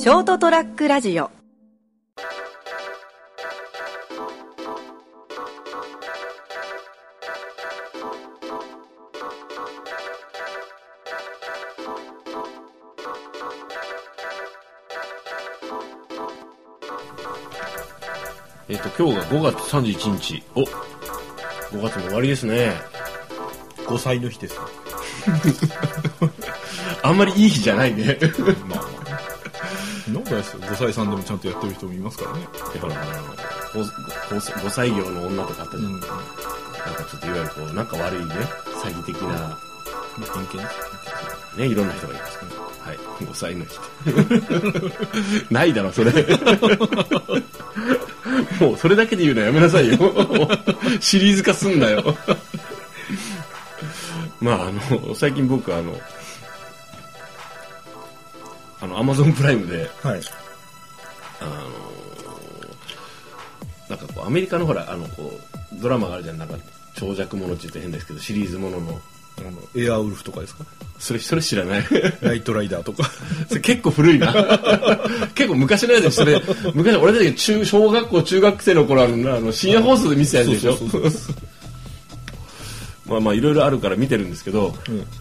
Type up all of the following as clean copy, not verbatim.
ショートトラックラジオ。 今日が5月31日。5月も終わりですね。 5歳の日です。 あんまりいい日じゃないね。 まあなんかですよ、5歳さんでもちゃんとやってる人もいますからね。 だから5歳業の女とかあったじゃん。なんかちょっといわゆるこうなんか悪いね、詐欺的な偏見ね、いろんな人がいますね。はい、5歳の日。ないだろそれ。もうそれだけで言うのやめなさいよ。シリーズ化すんなよ。まあ最近僕Amazon プライムで、 はい、 なんかこうアメリカのほらこうドラマがあるじゃん、なんか長尺ものって言って変ですけどシリーズもののエアウルフとかですか？ それ知らない。 ナイトライダーとか。 それ結構古いな。結構昔のやつで、それ昔俺たち小学校中学生の頃深夜放送で見てたやつでしょ。まあいろいろあるから見てるんですけど、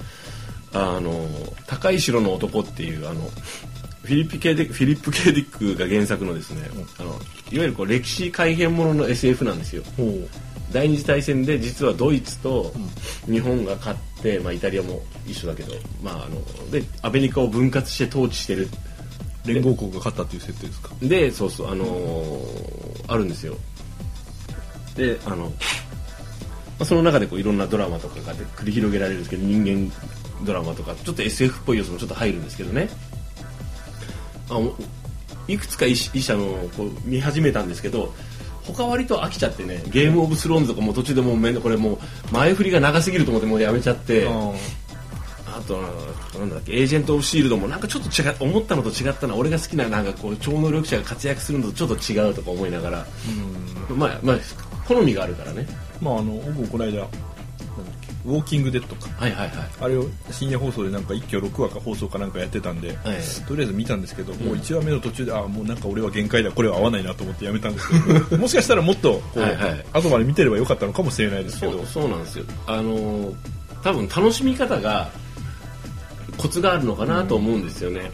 高い城の男っていうフィリップ・K・ディックが原作のですね、いわゆるこう歴史改変ものの SF なんですよ。第二次大戦で実はドイツと日本が勝って、まあ、イタリアも一緒だけど、まあ、でアメリカを分割して統治してる連合国が勝ったっていう設定ですか？ でそうそうあるんですよ。でその中でこういろんなドラマとかが繰り広げられるんですけど、人間ドラマとかちょっと SF っぽい要素もちょっと入るんですけどね、いくつか医者のこう見始めたんですけど、他割と飽きちゃってね、ゲームオブスローンズとかも途中でもうこれもう前振りが長すぎると思ってもうやめちゃって、あとなんだっけ、エージェントオブシールドもなんかちょっと思ったのと違ったな、俺が好きななんかこう超能力者が活躍するのとちょっと違うとか思いながら、まあ好みがあるからね。 まあ僕この間ウォーキングデッドか、あれを深夜放送でなんか一挙6話か放送かなんかやってたんで、とりあえず見たんですけど、もう1話目の途中でもうなんか俺は限界だ、これは合わないなと思ってやめたんですけど、もしかしたらもっとこう、後まで見てればよかったのかもしれないですけど。 そうなんですよ。多分楽しみ方がコツがあるのかなと思うんですよね。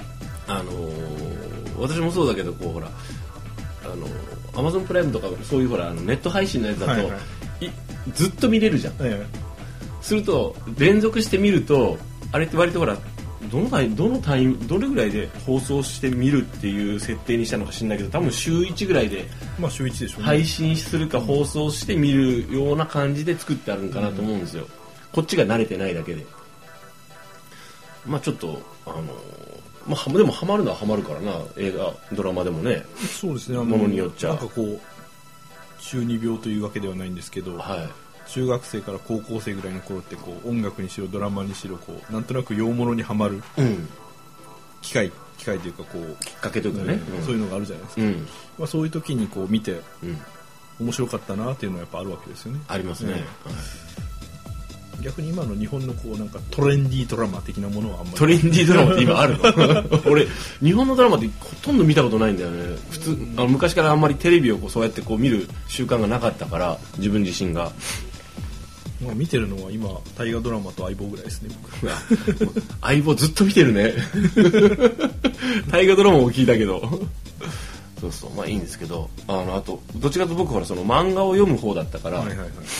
私もそうだけど、こうほらAmazon プライムとかそういうほらネット配信のやつだと、ずっと見れるじゃん。すると連続して見るとあれって割とほらどれぐらいで放送して見るっていう設定にしたのか知んないけど、多分週1ぐらいで週1でしょうね、 配信するか放送して見るような感じで作ってあるんかなと思うんですよ。こっちが慣れてないだけで。まあちょっとでもハマるのはハマるからな、映画ドラマでもね。 そうですね、 ものによっちゃなんかこう中二病というわけではないんですけど、中学生から高校生ぐらいの頃ってこう音楽にしろドラマにしろこうなんとなく洋物にはまる、機会というかこうきっかけというかね、 そういうのがあるじゃないですか。そういう時にこう見て、面白かったなっていうのはやっぱあるわけですよね。 ありますね。 逆に今の日本のこうなんかトレンディードラマ的なものはあんまり。 トレンディードラマって今あるの？俺日本のドラマってほとんど見たことないんだよね。普通昔からあんまりテレビをこうそうやってこう見る習慣がなかったから、自分自身が。 見てるのは今大河ドラマと相棒ぐらいですね。 僕相棒ずっと見てるね。大河ドラマも聞いたけど。そうまあいいんですけど、あとどっちかというと僕はその漫画を読む方だったから、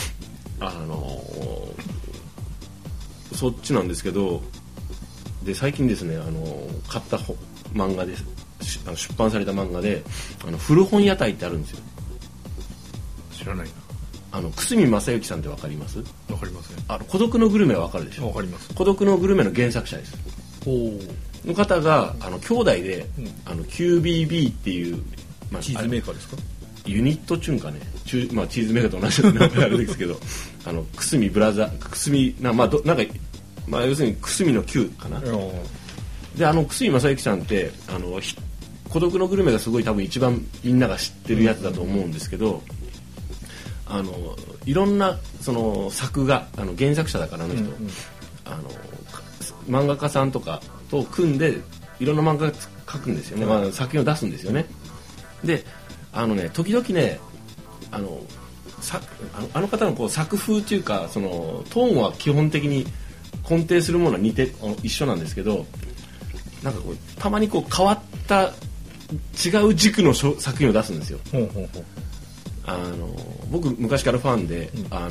そっちなんですけど、で最近ですね買った漫画です。出版された漫画で古本屋台ってあるんですよ。 知らないな。 久住正幸さんってわかります？ わかりません。 孤独のグルメはわかるでしょ？ わかります。 孤独のグルメの原作者です。の方が兄弟で、QBB っていう、 チーズメーカーですか？ ユニットチュンかね、チーズメーカーと同じ名前あれですけど、久住ブラザー、久住なんか要するに久住の Q かな。で久住正幸さんって孤独のグルメがすごい多分一番みんなが知ってるやつだと思うんですけど、いろんなその作画原作者だから人、漫画家さんとかと組んでいろんな漫画書くんですよね、まあ、作品を出すんですよね。で時々ねあの方のこう作風というかそのトーンは基本的に根底するものは一緒なんですけど、なんかこうたまにこう変わった違う軸の作品を出すんですよ。僕昔からファンで、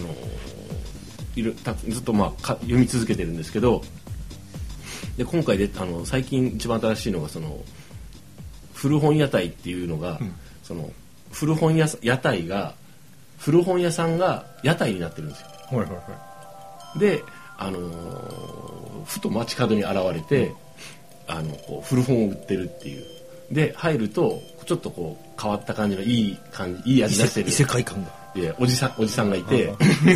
ずっと読み続けてるんですけど、で今回で最近一番新しいのがその古本屋台っていうのが、その古本屋台が古本屋さんが屋台になってるんですよ。でふと街角に現れてこう古本を売ってるっていうで入るとちょっとこう変わった感じのいい味出してる異世界観がおじさんがいて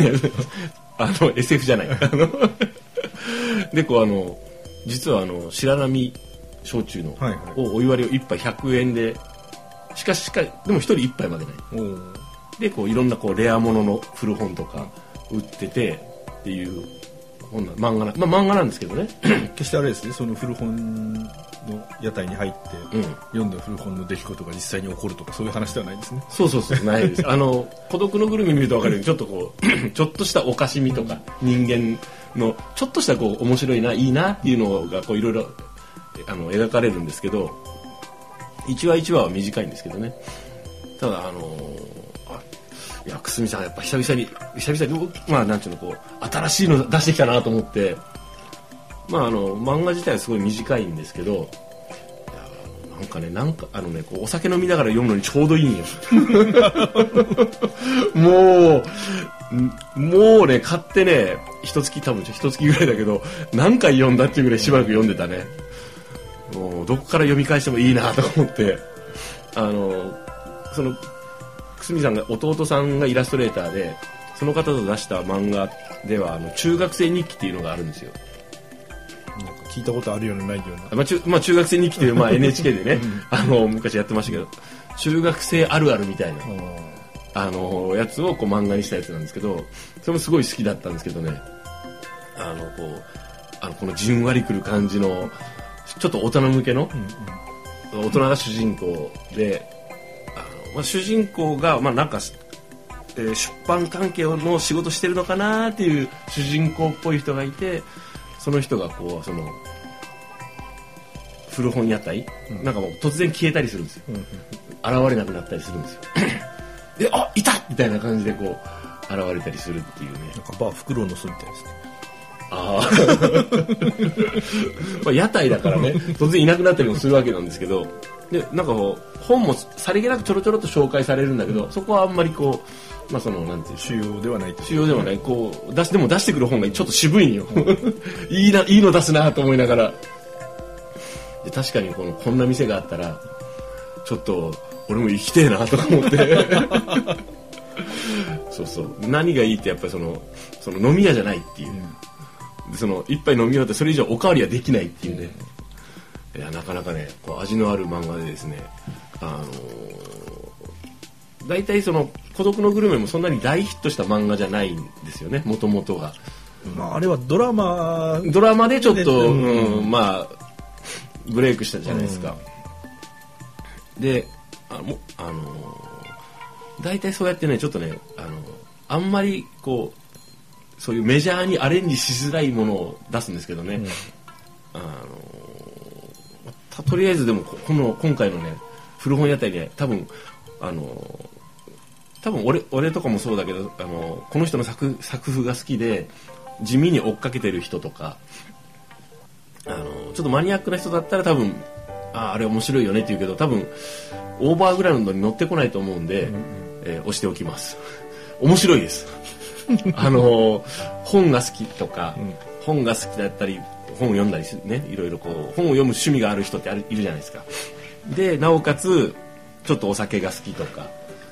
SF じゃないでこう実は白波焼酎の、お湯割りを1杯100円でしかでも1人1杯までないでこういろんなこうレアものの古本とか売っててっていう漫画なんですけどね決してあれですね、その古本の屋台に入って、読んだ古本の出来事が実際に起こるとかそういう話ではないですね。 そうないです孤独のグルメ見ると分かるようにちょっとこうちょっとしたおかしみとか、人間のちょっとしたこう面白いないいなっていうのがこういろいろ描かれるんですけど、1話1話は短いんですけどね。ただいや久住さんやっぱ久々になんていうのこう新しいの出してきたなと思って、漫画自体はすごい短いんですけど、こうお酒飲みながら読むのにちょうどいいんよもうね買ってね一月ぐらいだけど何回読んだっていうぐらいしばらく読んでたね。もうどこから読み返してもいいなと思ってその久住さんが弟さんがイラストレーターでその方と出した漫画では中学生日記っていうのがあるんですよ。 なんか聞いたことあるようなないような、 中学生日記っていう、NHK でね昔やってましたけど中学生あるあるみたいなやつをこう漫画にしたやつなんですけど、それもすごい好きだったんですけどね、このじんわりくる感じのちょっと大人向けの、大人が主人公で主人公がなんか、出版関係の仕事してるのかなっていう主人公っぽい人がいて、その人がこうその古本屋台、なんかもう突然消えたりするんですよ、現れなくなったりするんですよでいたみたいな感じでこう現れたりするっていうね。 なんかバーフクロウの巣みたいですね。 屋台だからね突然いなくなったりもするわけなんですけど、でなんかこう本もさりげなくちょろちょろっと紹介されるんだけど、そこはあんまりこうそのなんていう主要ではないこうでも出してくる本がちょっと渋いんよいいの出すなと思いながら、で確かにこんな店があったらちょっと俺も行きてえなとか思ってそう何がいいってやっぱりその飲み屋じゃないっていう、その一杯飲み終わってそれ以上おかわりはできないっていうね、いやなかなかねこう味のある漫画でですね、大体その孤独のグルメもそんなに大ヒットした漫画じゃないんですよね、もともとが。 あれはドラマでちょっと、ブレイクしたじゃないですか。で大体そうやってねちょっとねあんまりこうそういうメジャーにアレンジしづらいものを出すんですけどね、とりあえずでも今回のね古本屋台ね多分俺とかもそうだけどこの人の作風が好きで地味に追っかけてる人とかちょっとマニアックな人だったら多分あれ面白いよねって言うけど多分オーバーグラウンドに乗ってこないと思うんで、押しておきます。面白いです本が好きとか、本が好きだったり本を読んだりするね、いろいろこう本を読む趣味がある人っているじゃないですか。でなおかつちょっとお酒が好きとか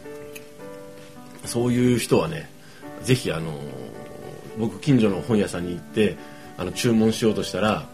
そういう人はねぜひ僕近所の本屋さんに行って注文しようとしたら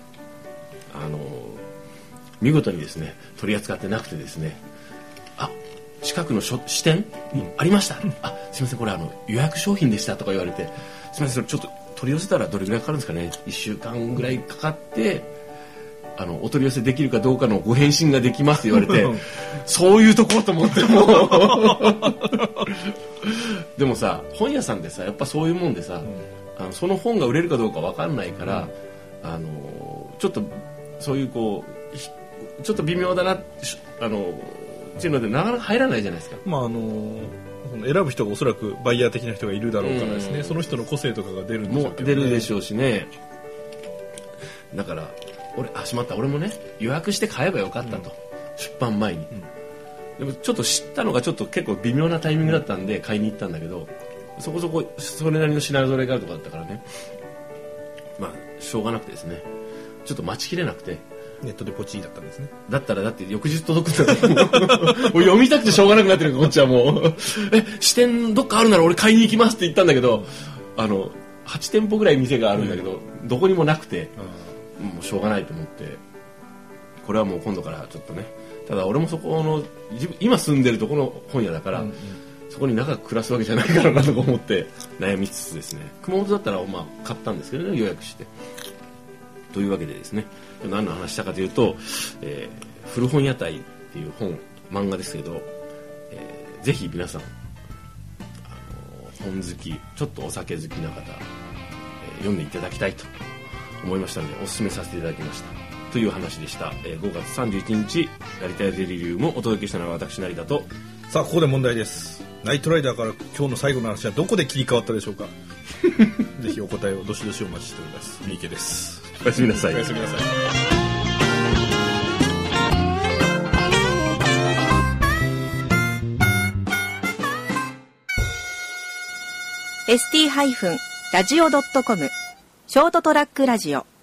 見事にですね取り扱ってなくてですね、近くの支店にありました、すいませんこれ予約商品でしたとか言われて、すいませんそれちょっと取り寄せたらどれぐらいかかるんですかね、1週間ぐらいかかってお取り寄せできるかどうかのご返信ができますって言われてそういうとこと思ってもでもさ本屋さんでさやっぱそういうもんでさ、その本が売れるかどうか分かんないから、ちょっとそういうこうちょっと微妙だなっていうのでなかなか入らないじゃないですか。 選ぶ人がおそらくバイヤー的な人がいるだろうからですね、その人の個性とかが出るんでしょうけどね。もう出るでしょうしね。だからしまった俺もね予約して買えばよかったと、出版前に、でもちょっと知ったのがちょっと結構微妙なタイミングだったんで買いに行ったんだけど、そこそこそれなりの品揃えがあるとこだったからね、しょうがなくてですね、ちょっと待ちきれなくてネットでポチーだったんですね。 だって翌日届くんだもう読みたくてしょうがなくなってるからこっちはもう支店どっかあるなら俺買いに行きますって言ったんだけど、8店舗ぐらい店があるんだけど、どこにもなくて、もうしょうがないと思って、これはもう今度からちょっとね、ただ俺もそこの今住んでるとこの本屋だから、そこに長く暮らすわけじゃないからなとか思って悩みつつですね、熊本だったら買ったんですけどね、予約してというわけでですね、何の話したかというと、古本屋台っていう漫画ですけど、ぜひ皆さん本好きちょっとお酒好きな方、読んでいただきたいと思いましたのでお勧めさせていただきましたという話でした。5月31日やりたいデリリウムをお届けしたのは私成田と、 さあここで問題です。ナイトライダーから今日の最後の話はどこで切り替わったでしょうかぜひお答えをどしどしお待ちしております。三池です。 おやすみなさい。 おやすみなさい。 ST-radio.com ショートトラックラジオ